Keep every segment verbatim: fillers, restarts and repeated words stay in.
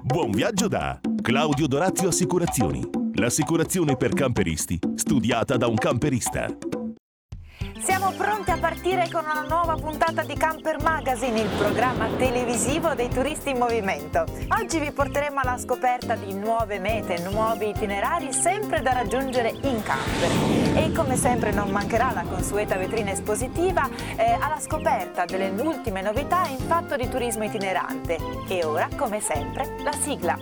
Buon viaggio da Claudio Dorazio Assicurazioni. L'assicurazione per camperisti, studiata da un camperista. Siamo pronti a partire con una nuova puntata di Camper Magazine, il programma televisivo dei turisti in movimento. Oggi vi porteremo alla scoperta di nuove mete, nuovi itinerari sempre da raggiungere in camper. E come sempre non mancherà la consueta vetrina espositiva eh, alla scoperta delle ultime novità in fatto di turismo itinerante. E ora, come sempre, la sigla.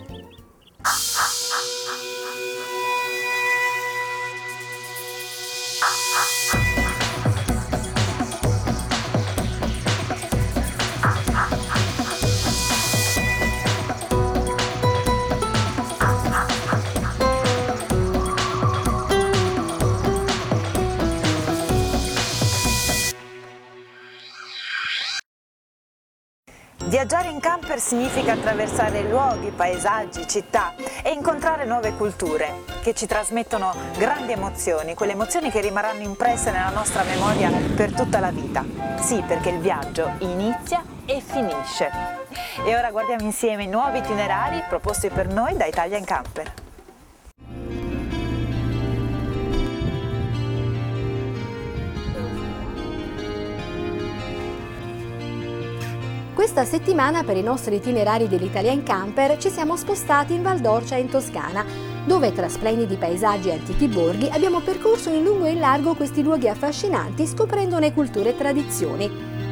Viaggiare in camper significa attraversare luoghi, paesaggi, città e incontrare nuove culture che ci trasmettono grandi emozioni, quelle emozioni che rimarranno impresse nella nostra memoria per tutta la vita. Sì, perché il viaggio inizia e finisce. E ora guardiamo insieme i nuovi itinerari proposti per noi da Italia in Camper. Questa settimana per i nostri itinerari dell'Italia in Camper ci siamo spostati in Val d'Orcia in Toscana, dove tra splendidi paesaggi e antichi borghi abbiamo percorso in lungo e in largo questi luoghi affascinanti scoprendone culture e tradizioni.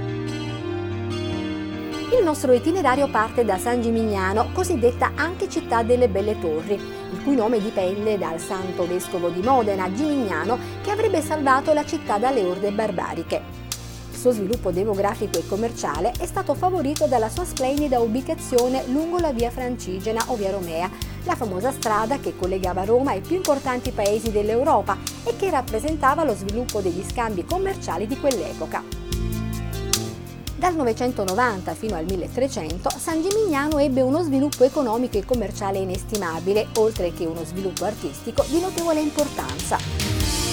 Il nostro itinerario parte da San Gimignano, cosiddetta anche città delle Belle Torri, il cui nome dipende dal santo vescovo di Modena, Gimignano, che avrebbe salvato la città dalle orde barbariche. Il suo sviluppo demografico e commerciale è stato favorito dalla sua splendida ubicazione lungo la via Francigena o via Romea, la famosa strada che collegava Roma ai più importanti paesi dell'Europa e che rappresentava lo sviluppo degli scambi commerciali di quell'epoca. Dal novecentonovanta fino al milletrecento San Gimignano ebbe uno sviluppo economico e commerciale inestimabile, oltre che uno sviluppo artistico di notevole importanza.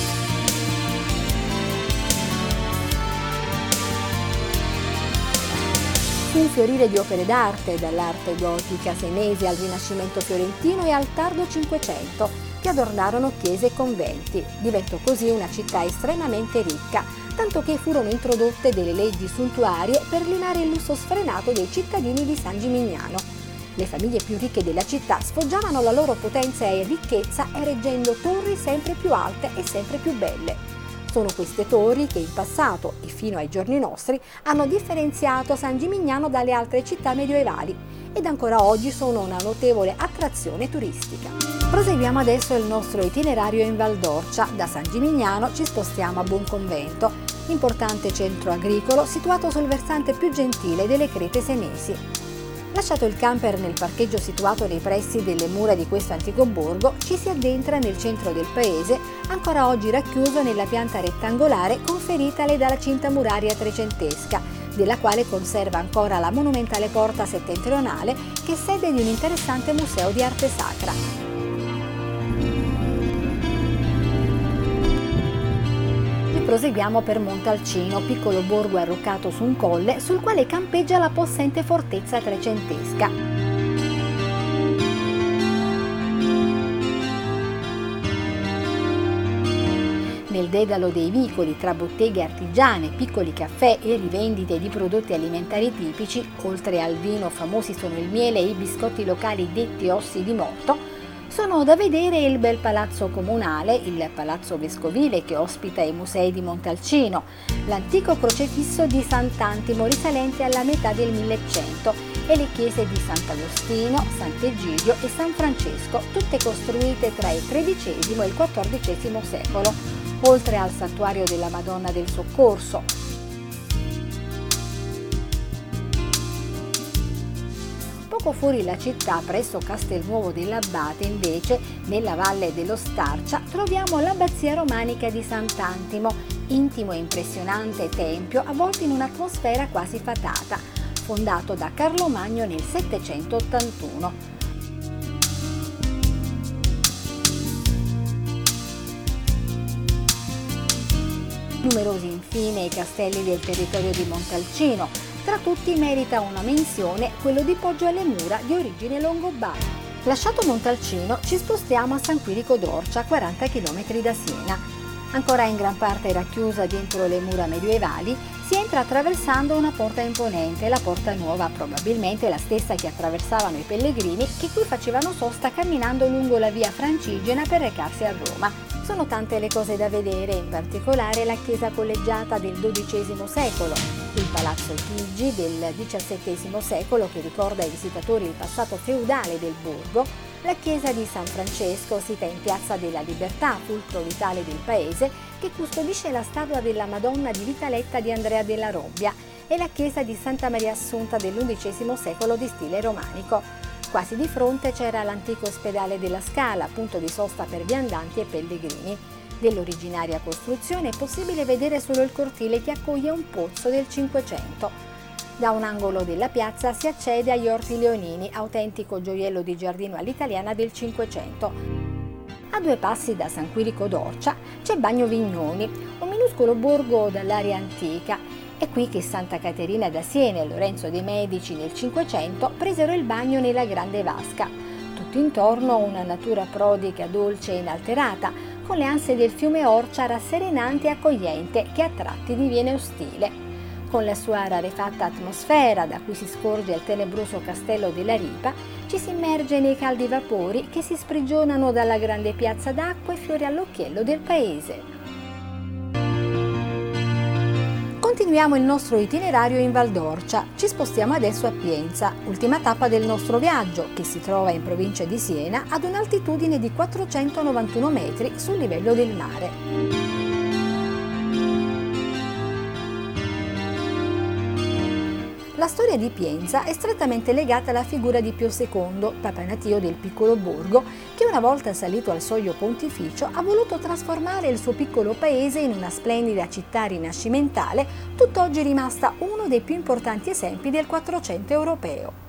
Fu un fiorire di opere d'arte, dall'arte gotica senese al Rinascimento fiorentino e al tardo Cinquecento, che adornarono chiese e conventi. Diventò così una città estremamente ricca, tanto che furono introdotte delle leggi suntuarie per limare il lusso sfrenato dei cittadini di San Gimignano. Le famiglie più ricche della città sfoggiavano la loro potenza e ricchezza ereggendo torri sempre più alte e sempre più belle. Sono queste torri che in passato e fino ai giorni nostri hanno differenziato San Gimignano dalle altre città medioevali ed ancora oggi sono una notevole attrazione turistica. Proseguiamo adesso il nostro itinerario in Val d'Orcia. Da San Gimignano ci spostiamo a Buonconvento, importante centro agricolo situato sul versante più gentile delle Crete Senesi. Lasciato il camper nel parcheggio situato nei pressi delle mura di questo antico borgo, ci si addentra nel centro del paese, ancora oggi racchiuso nella pianta rettangolare conferitale dalla cinta muraria trecentesca, della quale conserva ancora la monumentale porta settentrionale che è sede di un interessante museo di arte sacra. Proseguiamo per Montalcino, piccolo borgo arroccato su un colle sul quale campeggia la possente fortezza trecentesca. Nel dedalo dei vicoli tra botteghe artigiane, piccoli caffè e rivendite di prodotti alimentari tipici, oltre al vino famosi sono il miele e i biscotti locali detti ossi di morto, sono da vedere il bel palazzo comunale, il palazzo vescovile che ospita i musei di Montalcino, l'antico crocefisso di Sant'Antimo risalente alla metà del millecento e le chiese di Sant'Agostino, Sant'Egidio e San Francesco, tutte costruite tra il tredicesimo e il quattordicesimo secolo, oltre al santuario della Madonna del Soccorso. Poco fuori la città, presso Castelnuovo dell'Abate, invece, nella valle dello Starcia, troviamo l'abbazia romanica di Sant'Antimo, intimo e impressionante tempio avvolto in un'atmosfera quasi fatata, fondato da Carlo Magno nel settecentottantuno. Numerosi infine i castelli del territorio di Montalcino, Tra tutti merita una menzione quello di Poggio alle Mura di origine longobarda. Lasciato Montalcino ci spostiamo a San Quirico d'Orcia, a quaranta chilometri da Siena. Ancora in gran parte racchiusa dentro le mura medievali, si entra attraversando una porta imponente, la Porta Nuova, probabilmente la stessa che attraversavano i pellegrini che qui facevano sosta camminando lungo la via Francigena per recarsi a Roma. Sono tante le cose da vedere, in particolare la chiesa collegiata del dodicesimo secolo, il Palazzo Chigi del diciassettesimo secolo che ricorda ai visitatori il passato feudale del borgo, la chiesa di San Francesco sita in Piazza della Libertà, fulcro vitale del paese, che custodisce la statua della Madonna di Vitaletta di Andrea della Robbia, e la chiesa di Santa Maria Assunta dell'undicesimo secolo di stile romanico. Quasi di fronte c'era l'antico ospedale della Scala, punto di sosta per viandanti e pellegrini. Dell'originaria costruzione è possibile vedere solo il cortile che accoglie un pozzo del Cinquecento. Da un angolo della piazza si accede agli Orti Leonini, autentico gioiello di giardino all'italiana del Cinquecento. A due passi da San Quirico d'Orcia c'è Bagno Vignoni, un minuscolo borgo dall'area antica. È qui che Santa Caterina da Siena e Lorenzo de' Medici nel Cinquecento presero il bagno nella Grande Vasca. Tutto intorno una natura prodiga, dolce e inalterata, con le anse del fiume Orcia rasserenante e accogliente che a tratti diviene ostile. Con la sua rarefatta atmosfera, da cui si scorge il tenebroso castello della Ripa, ci si immerge nei caldi vapori che si sprigionano dalla grande piazza d'acqua e fiori all'occhiello del paese. Continuiamo il nostro itinerario in Val d'Orcia. Ci spostiamo adesso a Pienza, ultima tappa del nostro viaggio, che si trova in provincia di Siena ad un'altitudine di quattrocentonovantuno metri sul livello del mare. La storia di Pienza è strettamente legata alla figura di Pio secondo, papanatio del piccolo borgo, che una volta salito al soglio pontificio ha voluto trasformare il suo piccolo paese in una splendida città rinascimentale, tutt'oggi rimasta uno dei più importanti esempi del Quattrocento europeo.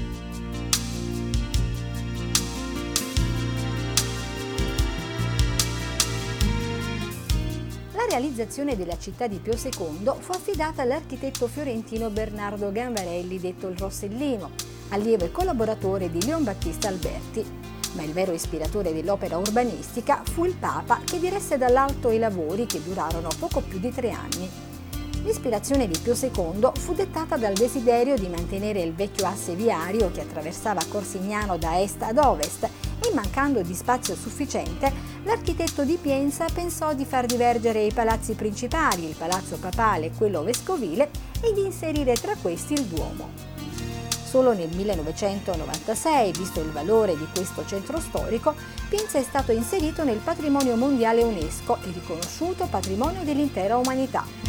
La realizzazione della città di Pio secondo fu affidata all'architetto fiorentino Bernardo Gambarelli, detto il Rossellino, allievo e collaboratore di Leon Battista Alberti. Ma il vero ispiratore dell'opera urbanistica fu il Papa, che diresse dall'alto i lavori che durarono poco più di tre anni. L'ispirazione di Pio secondo fu dettata dal desiderio di mantenere il vecchio asse viario che attraversava Corsignano da est ad ovest e, mancando di spazio sufficiente, l'architetto di Pienza pensò di far divergere i palazzi principali, il palazzo papale e quello vescovile, e di inserire tra questi il Duomo. Solo nel millenovecentonovantasei, visto il valore di questo centro storico, Pienza è stato inserito nel patrimonio mondiale UNESCO e riconosciuto patrimonio dell'intera umanità.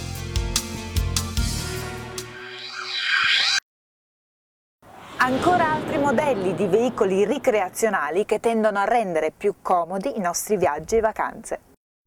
Ancora altri modelli di veicoli ricreazionali che tendono a rendere più comodi i nostri viaggi e vacanze.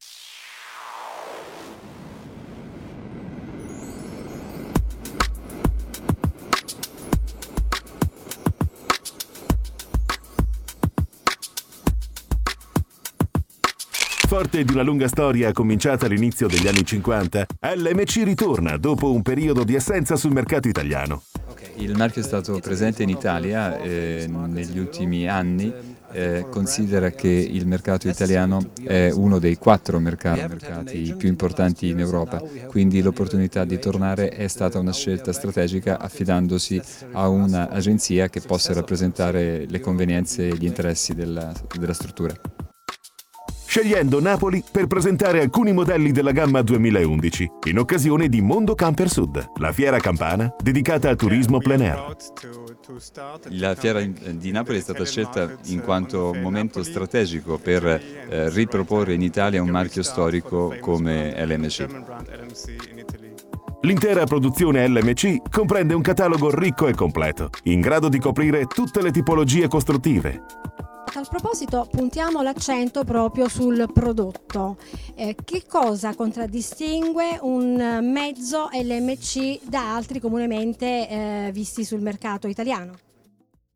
Forte di una lunga storia cominciata all'inizio degli anni cinquanta, L M C ritorna dopo un periodo di assenza sul mercato italiano. Il marchio è stato presente in Italia eh, negli ultimi anni. Eh, considera che il mercato italiano è uno dei quattro mercati, mercati più importanti in Europa, quindi l'opportunità di tornare è stata una scelta strategica, affidandosi a un'agenzia che possa rappresentare le convenienze e gli interessi della, della struttura. Scegliendo Napoli per presentare alcuni modelli della gamma duemilaundici, in occasione di Mondo Camper Sud, la fiera campana dedicata al turismo plein air. La fiera di Napoli è stata scelta in quanto momento strategico per eh, riproporre in Italia un marchio storico come L M C. L'intera produzione L M C comprende un catalogo ricco e completo, in grado di coprire tutte le tipologie costruttive. A tal proposito puntiamo l'accento proprio sul prodotto. Eh, che cosa contraddistingue un mezzo L M C da altri comunemente eh, visti sul mercato italiano?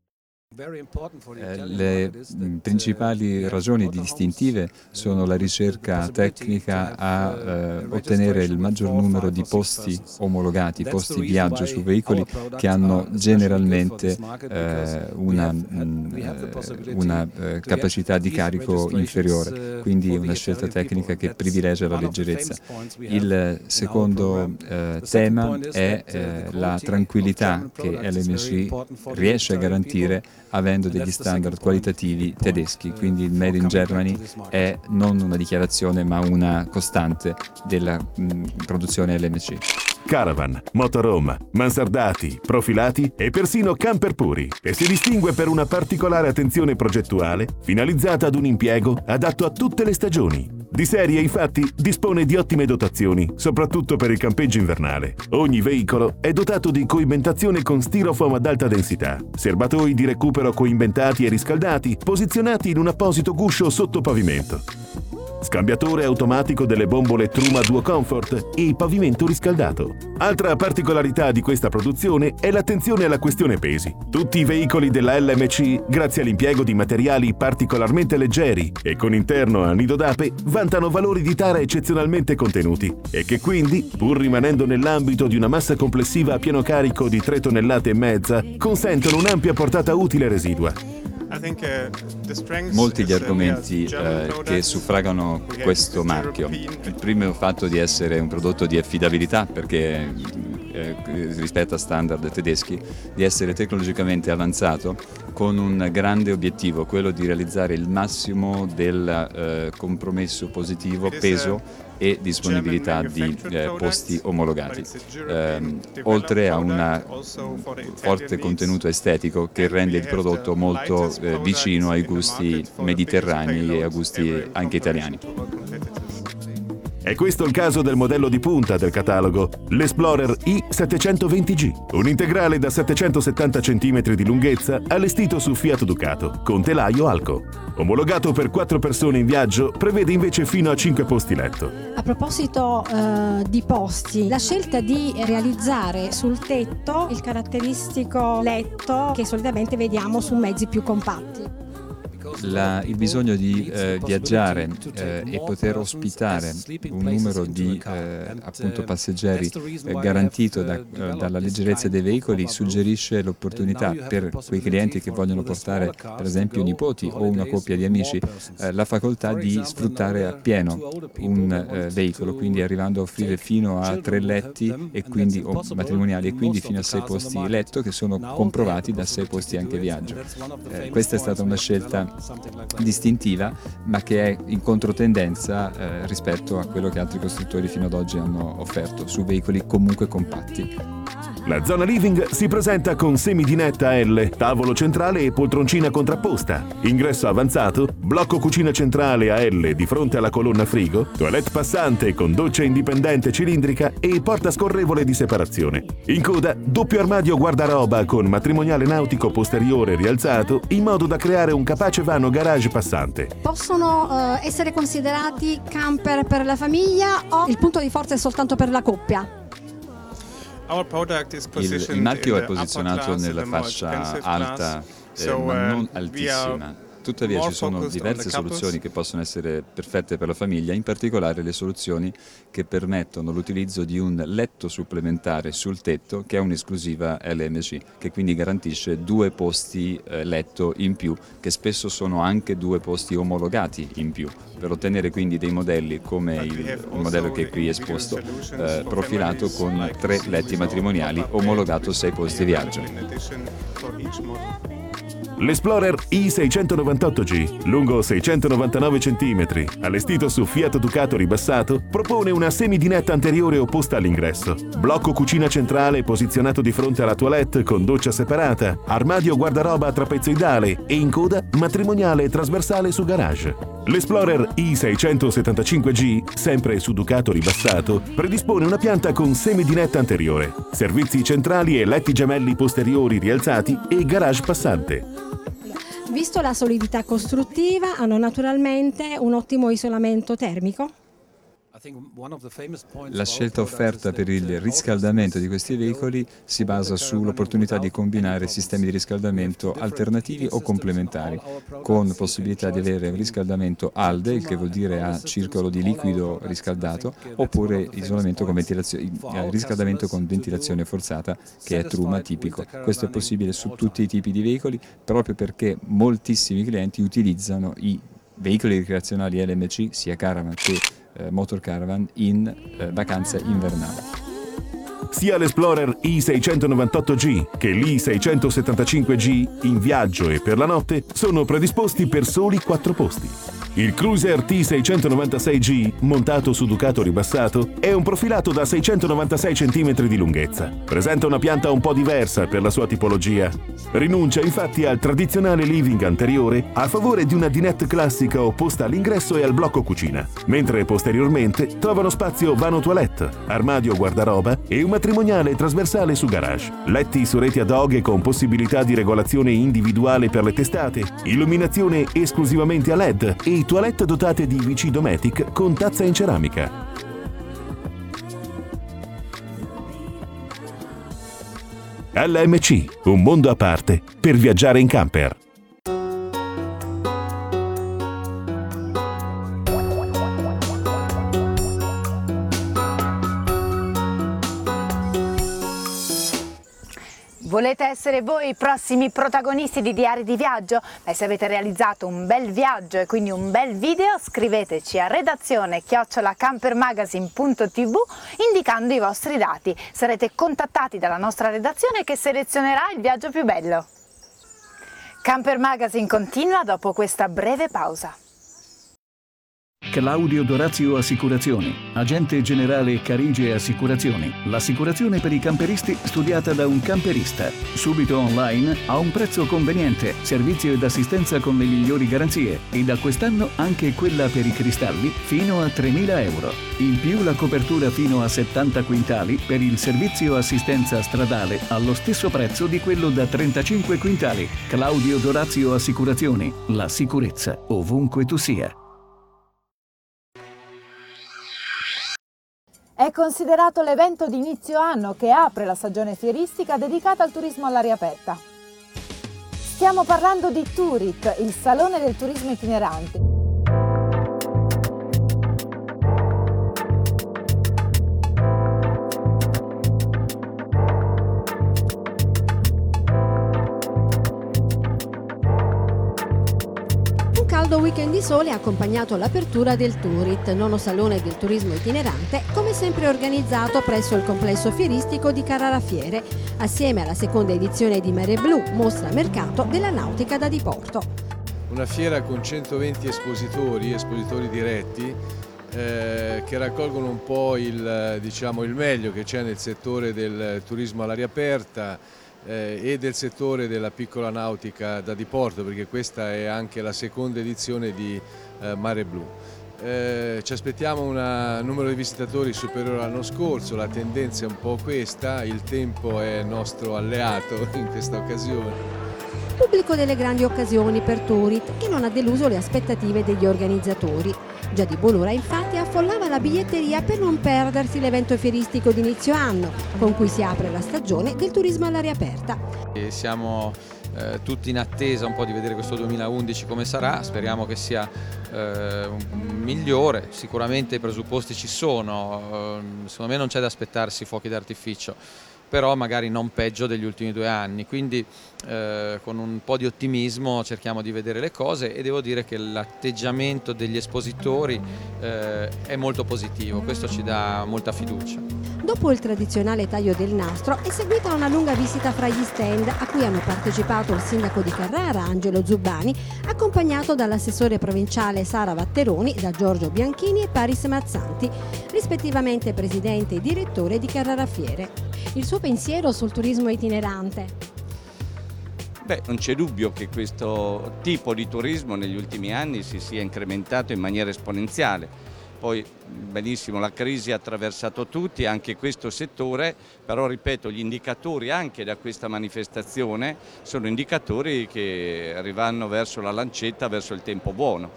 Eh, le mh, principali ragioni distintive sono la ricerca tecnica a eh, ottenere il maggior numero di posti omologati, posti viaggio su veicoli che hanno generalmente eh, una, mh, una eh, capacità di carico inferiore, quindi una scelta tecnica che privilegia la leggerezza. Il secondo eh, tema è eh, la tranquillità che L M C riesce a garantire avendo degli standard qualitativi tedeschi, quindi il Made in Germany è non una dichiarazione ma una costante della mh, produzione L M C. Caravan, motorhome, mansardati, profilati e persino camper puri, e si distingue per una particolare attenzione progettuale finalizzata ad un impiego adatto a tutte le stagioni. Di serie, infatti, dispone di ottime dotazioni, soprattutto per il campeggio invernale. Ogni veicolo è dotato di coibentazione con styrofoam ad alta densità, serbatoi di recupero coibentati e riscaldati, posizionati in un apposito guscio sotto pavimento, scambiatore automatico delle bombole Truma Duo Comfort e pavimento riscaldato. Altra particolarità di questa produzione è l'attenzione alla questione pesi. Tutti i veicoli della L M C, grazie all'impiego di materiali particolarmente leggeri e con interno a nido d'ape, vantano valori di tara eccezionalmente contenuti e che quindi, pur rimanendo nell'ambito di una massa complessiva a pieno carico di tre tonnellate e mezza, consentono un'ampia portata utile residua. Molti gli argomenti eh, che suffragano questo marchio. Il primo è il fatto di essere un prodotto di affidabilità, perché eh, rispetto a standard tedeschi, di essere tecnologicamente avanzato con un grande obiettivo, quello di realizzare il massimo del eh, compromesso positivo peso e disponibilità di eh, posti omologati, eh, oltre a un forte contenuto estetico che rende il prodotto molto eh, vicino ai gusti mediterranei e a gusti anche italiani. È questo il caso del modello di punta del catalogo, l'Explorer i settecentoventi G, un integrale da settecentosettanta centimetri di lunghezza allestito su Fiat Ducato, con telaio Alco. Omologato per quattro persone in viaggio, prevede invece fino a cinque posti letto. A proposito eh, di posti, la scelta di realizzare sul tetto il caratteristico letto che solitamente vediamo su mezzi più compatti. La, il bisogno di eh, viaggiare eh, e poter ospitare un numero di eh, appunto passeggeri eh, garantito da, eh, dalla leggerezza dei veicoli suggerisce l'opportunità per quei clienti che vogliono portare per esempio nipoti o una coppia di amici eh, la facoltà di sfruttare appieno un eh, veicolo, quindi arrivando a offrire fino a tre letti e quindi o matrimoniali e quindi fino a sei posti letto che sono comprovati da sei posti anche viaggio. Eh, questa è stata una scelta distintiva, ma che è in controtendenza eh, rispetto a quello che altri costruttori fino ad oggi hanno offerto su veicoli comunque compatti. La zona living si presenta con semidinetta L, tavolo centrale e poltroncina contrapposta, ingresso avanzato, blocco cucina centrale a L di fronte alla colonna frigo, toilette passante con doccia indipendente cilindrica e porta scorrevole di separazione. In coda, doppio armadio guardaroba con matrimoniale nautico posteriore rialzato in modo da creare un capace vano garage passante. Possono eh, essere considerati camper per la famiglia o il punto di forza è soltanto per la coppia? Il, il marchio è posizionato nella fascia alta, eh, ma non altissima. Tuttavia ci sono diverse soluzioni che possono essere perfette per la famiglia, in particolare le soluzioni che permettono l'utilizzo di un letto supplementare sul tetto che è un'esclusiva L M C, che quindi garantisce due posti eh, letto in più, che spesso sono anche due posti omologati in più, per ottenere quindi dei modelli come il, il modello che è qui esposto, eh, profilato con tre letti matrimoniali, omologato sei posti viaggio. L'Explorer i seicentonovantotto G, lungo seicentonovantanove centimetri, allestito su Fiat Ducato ribassato, propone una semidinetta anteriore opposta all'ingresso, blocco cucina centrale posizionato di fronte alla toilette con doccia separata, armadio guardaroba trapezoidale e in coda matrimoniale trasversale su garage. L'Explorer i seicentosettantacinque G, sempre su Ducato ribassato, predispone una pianta con semidinetta anteriore, servizi centrali e letti gemelli posteriori rialzati e garage passante. Visto la solidità costruttiva, hanno naturalmente un ottimo isolamento termico? La scelta offerta per il riscaldamento di questi veicoli si basa sull'opportunità di combinare sistemi di riscaldamento alternativi o complementari, con possibilità di avere riscaldamento A L D E, il che vuol dire a circolo di liquido riscaldato, oppure isolamento con ventilazione, riscaldamento con ventilazione forzata, che è Truma tipico. Questo è possibile su tutti i tipi di veicoli, proprio perché moltissimi clienti utilizzano i veicoli ricreazionali L M C, sia caravan che eh, motor caravan, in eh, vacanza invernale. Sia l'Explorer i seicentonovantotto G che l'I seicentosettantacinque G in viaggio e per la notte sono predisposti per soli quattro posti. Il Cruiser T seicentonovantasei G, montato su Ducato ribassato, è un profilato da seicentonovantasei centimetri di lunghezza. Presenta una pianta un po' diversa per la sua tipologia. Rinuncia infatti al tradizionale living anteriore a favore di una dinette classica opposta all'ingresso e al blocco cucina, mentre posteriormente trovano spazio vano toilette, armadio guardaroba e un matrimoniale trasversale su garage. Letti su reti ad hoc con possibilità di regolazione individuale per le testate, illuminazione esclusivamente a L E D e toilette dotate di V C Dometic con tazza in ceramica. L M C, un mondo a parte per viaggiare in camper. Volete essere voi i prossimi protagonisti di Diari di Viaggio? Beh, se avete realizzato un bel viaggio e quindi un bel video, scriveteci a redazione chiocciola campermagazine punto tv indicando i vostri dati. Sarete contattati dalla nostra redazione che selezionerà il viaggio più bello. Camper Magazine continua dopo questa breve pausa. Claudio Dorazio Assicurazioni, agente generale Carige Assicurazioni. L'assicurazione per i camperisti studiata da un camperista. Subito online, a un prezzo conveniente, servizio ed assistenza con le migliori garanzie e da quest'anno anche quella per i cristalli fino a tremila euro. In più la copertura fino a settanta quintali per il servizio assistenza stradale allo stesso prezzo di quello da trentacinque quintali. Claudio Dorazio Assicurazioni, la sicurezza ovunque tu sia. È considerato l'evento di inizio anno che apre la stagione fieristica dedicata al turismo all'aria aperta. Stiamo parlando di Tourit, il salone del turismo itinerante. Un caldo weekend di sole ha accompagnato l'apertura del Tourit, nono salone del turismo itinerante, come sempre organizzato presso il complesso fieristico di Carrara Fiere, assieme alla seconda edizione di Mare Blu, mostra mercato della nautica da diporto. Una fiera con centoventi espositori, espositori diretti, eh, che raccolgono un po' il, diciamo, il meglio che c'è nel settore del turismo all'aria aperta, Eh, e del settore della piccola nautica da diporto, perché questa è anche la seconda edizione di eh, Mare Blu. Eh, ci aspettiamo un numero di visitatori superiore all'anno scorso, la tendenza è un po' questa, il tempo è nostro alleato in questa occasione. Pubblico delle grandi occasioni per Tourit che non ha deluso le aspettative degli organizzatori. Già di buon'ora infatti affollava la biglietteria per non perdersi l'evento fieristico di inizio anno, con cui si apre la stagione del turismo all'aria aperta. E siamo eh, tutti in attesa un po' di vedere questo duemilaundici come sarà, speriamo che sia eh, migliore, sicuramente i presupposti ci sono, eh, secondo me non c'è da aspettarsi fuochi d'artificio, però magari non peggio degli ultimi due anni, quindi eh, con un po' di ottimismo cerchiamo di vedere le cose e devo dire che l'atteggiamento degli espositori eh, è molto positivo, questo ci dà molta fiducia. Dopo il tradizionale taglio del nastro è seguita una lunga visita fra gli stand a cui hanno partecipato il sindaco di Carrara, Angelo Zubbani, accompagnato dall'assessore provinciale Sara Vatteroni, da Giorgio Bianchini e Paris Mazzanti, rispettivamente presidente e direttore di Carrara Fiere. Il suo pensiero sul turismo itinerante? Beh, non c'è dubbio che questo tipo di turismo negli ultimi anni si sia incrementato in maniera esponenziale. Poi benissimo, la crisi ha attraversato tutti, anche questo settore, però ripeto, gli indicatori anche da questa manifestazione sono indicatori che arrivano verso la lancetta, verso il tempo buono.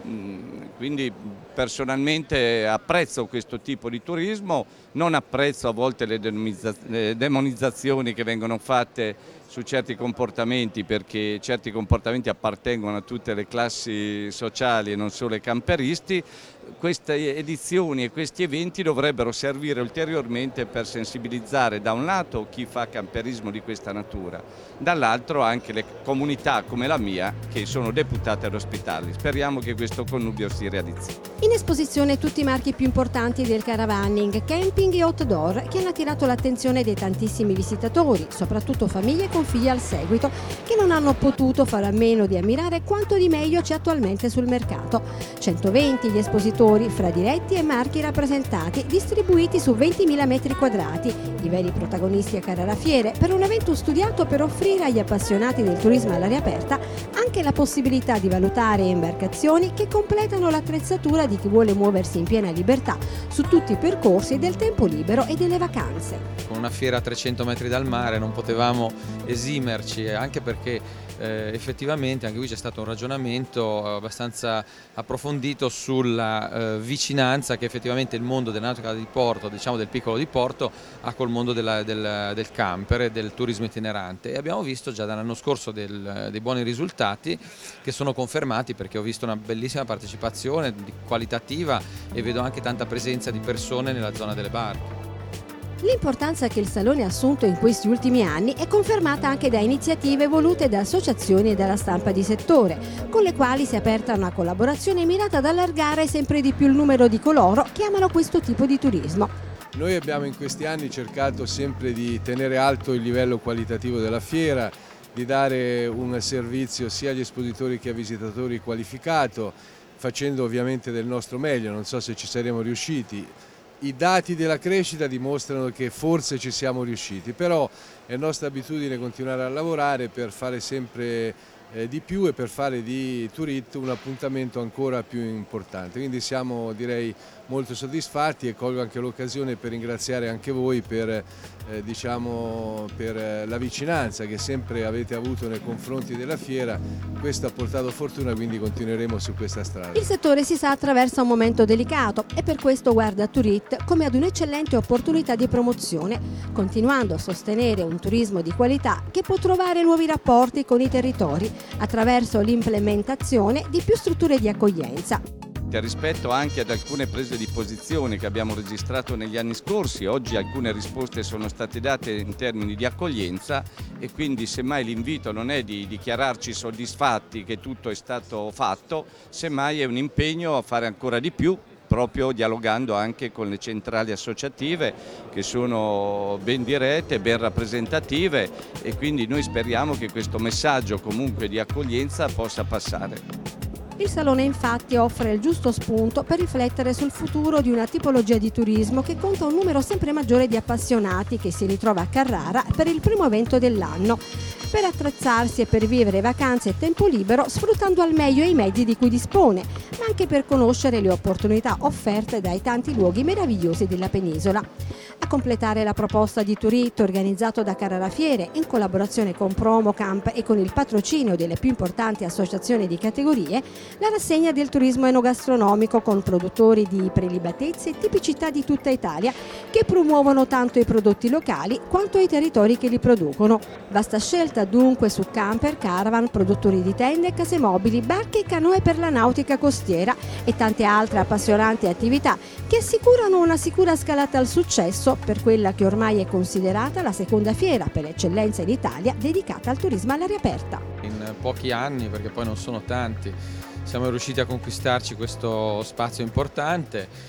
Quindi personalmente apprezzo questo tipo di turismo, non apprezzo a volte le demonizzazioni che vengono fatte su certi comportamenti, perché certi comportamenti appartengono a tutte le classi sociali e non solo ai camperisti. Queste edizioni e questi eventi dovrebbero servire ulteriormente per sensibilizzare da un lato chi fa camperismo di questa natura, dall'altro anche le comunità come la mia che sono deputate ad ospitarli. Speriamo che questo connubio si realizzi. In esposizione tutti i marchi più importanti del caravaning, camping e outdoor che hanno attirato l'attenzione dei tantissimi visitatori, soprattutto famiglie con figli al seguito, che non hanno potuto fare a meno di ammirare quanto di meglio c'è attualmente sul mercato. centoventi gli espositori fra diretti e marchi rappresentati, distribuiti su ventimila metri quadrati, i veri protagonisti a Cararafiere, per un evento studiato per offrire agli appassionati del turismo all'aria aperta anche la possibilità di valutare imbarcazioni che completano l'attrezzatura di chi vuole muoversi in piena libertà su tutti i percorsi del tempo libero e delle vacanze. Con una fiera a trecento metri dal mare non potevamo esimerci, anche perché eh, effettivamente anche qui c'è stato un ragionamento abbastanza approfondito sulla eh, vicinanza che effettivamente il mondo della nautica di porto, diciamo del piccolo di porto, ha col mondo della, del, del camper e del turismo itinerante, e abbiamo visto già dall'anno scorso del, dei buoni risultati che sono confermati, perché ho visto una bellissima partecipazione qualitativa e vedo anche tanta presenza di persone nella zona delle barche. L'importanza che il Salone ha assunto in questi ultimi anni è confermata anche da iniziative volute da associazioni e dalla stampa di settore, con le quali si è aperta una collaborazione mirata ad allargare sempre di più il numero di coloro che amano questo tipo di turismo. Noi abbiamo in questi anni cercato sempre di tenere alto il livello qualitativo della fiera, di dare un servizio sia agli espositori che ai visitatori qualificato, facendo ovviamente del nostro meglio, non so se ci saremo riusciti. I dati della crescita dimostrano che forse ci siamo riusciti, però è nostra abitudine continuare a lavorare per fare sempre eh, di più e per fare di Turit un appuntamento ancora più importante. Quindi siamo, direi, molto soddisfatti, e colgo anche l'occasione per ringraziare anche voi per, eh, diciamo, per la vicinanza che sempre avete avuto nei confronti della fiera. Questo ha portato fortuna, quindi continueremo su questa strada. Il settore si sa attraversa un momento delicato e per questo guarda Turit come ad un'eccellente opportunità di promozione, continuando a sostenere un turismo di qualità che può trovare nuovi rapporti con i territori attraverso l'implementazione di più strutture di accoglienza. Rispetto anche ad alcune prese di posizione che abbiamo registrato negli anni scorsi, oggi alcune risposte sono state date in termini di accoglienza, e quindi semmai l'invito non è di dichiararci soddisfatti che tutto è stato fatto, semmai è un impegno a fare ancora di più, proprio dialogando anche con le centrali associative che sono ben dirette, ben rappresentative, e quindi noi speriamo che questo messaggio comunque di accoglienza possa passare. Il Salone infatti offre il giusto spunto per riflettere sul futuro di una tipologia di turismo che conta un numero sempre maggiore di appassionati che si ritrova a Carrara per il primo evento dell'anno, per attrezzarsi e per vivere vacanze e tempo libero sfruttando al meglio i mezzi di cui dispone, ma anche per conoscere le opportunità offerte dai tanti luoghi meravigliosi della penisola. A completare la proposta di Turit organizzato da Cararafiere in collaborazione con Promocamp e con il patrocinio delle più importanti associazioni di categorie, la rassegna del turismo enogastronomico con produttori di prelibatezze e tipicità di tutta Italia che promuovono tanto i prodotti locali quanto i territori che li producono. Vasta scelta dunque su camper, caravan, produttori di tende, case mobili, barche e canoe per la nautica costiera e tante altre appassionanti attività che assicurano una sicura scalata al successo per quella che ormai è considerata la seconda fiera per eccellenza in Italia dedicata al turismo all'aria aperta. In pochi anni, perché poi non sono tanti, siamo riusciti a conquistarci questo spazio importante,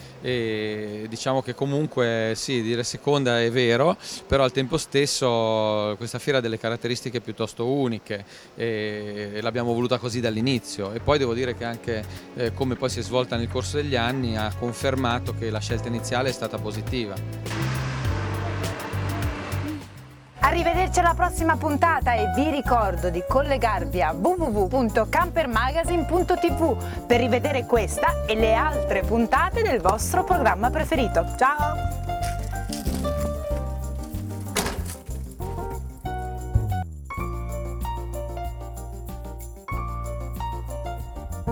e diciamo che comunque sì, dire seconda è vero, però al tempo stesso questa fiera ha delle caratteristiche piuttosto uniche e l'abbiamo voluta così dall'inizio, e poi devo dire che anche eh, come poi si è svolta nel corso degli anni ha confermato che la scelta iniziale è stata positiva. Arrivederci alla prossima puntata, e vi ricordo di collegarvi a w w w punto campermagazine punto t v per rivedere questa e le altre puntate del vostro programma preferito. Ciao!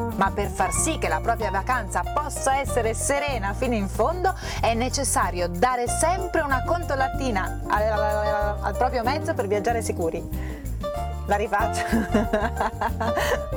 Ma per far sì che la propria vacanza possa essere serena fino in fondo è necessario dare sempre una contolatina al, al, al proprio mezzo per viaggiare sicuri. La rifaccio.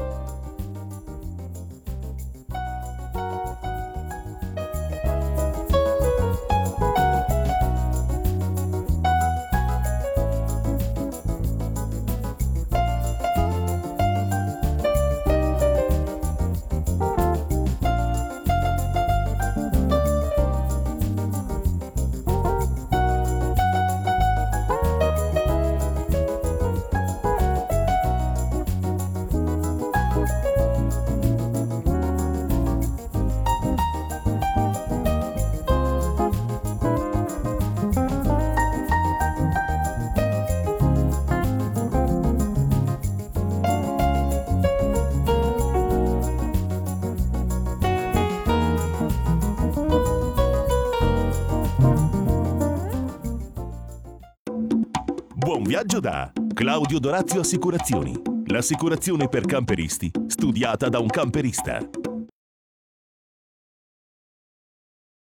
Buon viaggio da Claudio Dorazio Assicurazioni. L'assicurazione per camperisti, studiata da un camperista.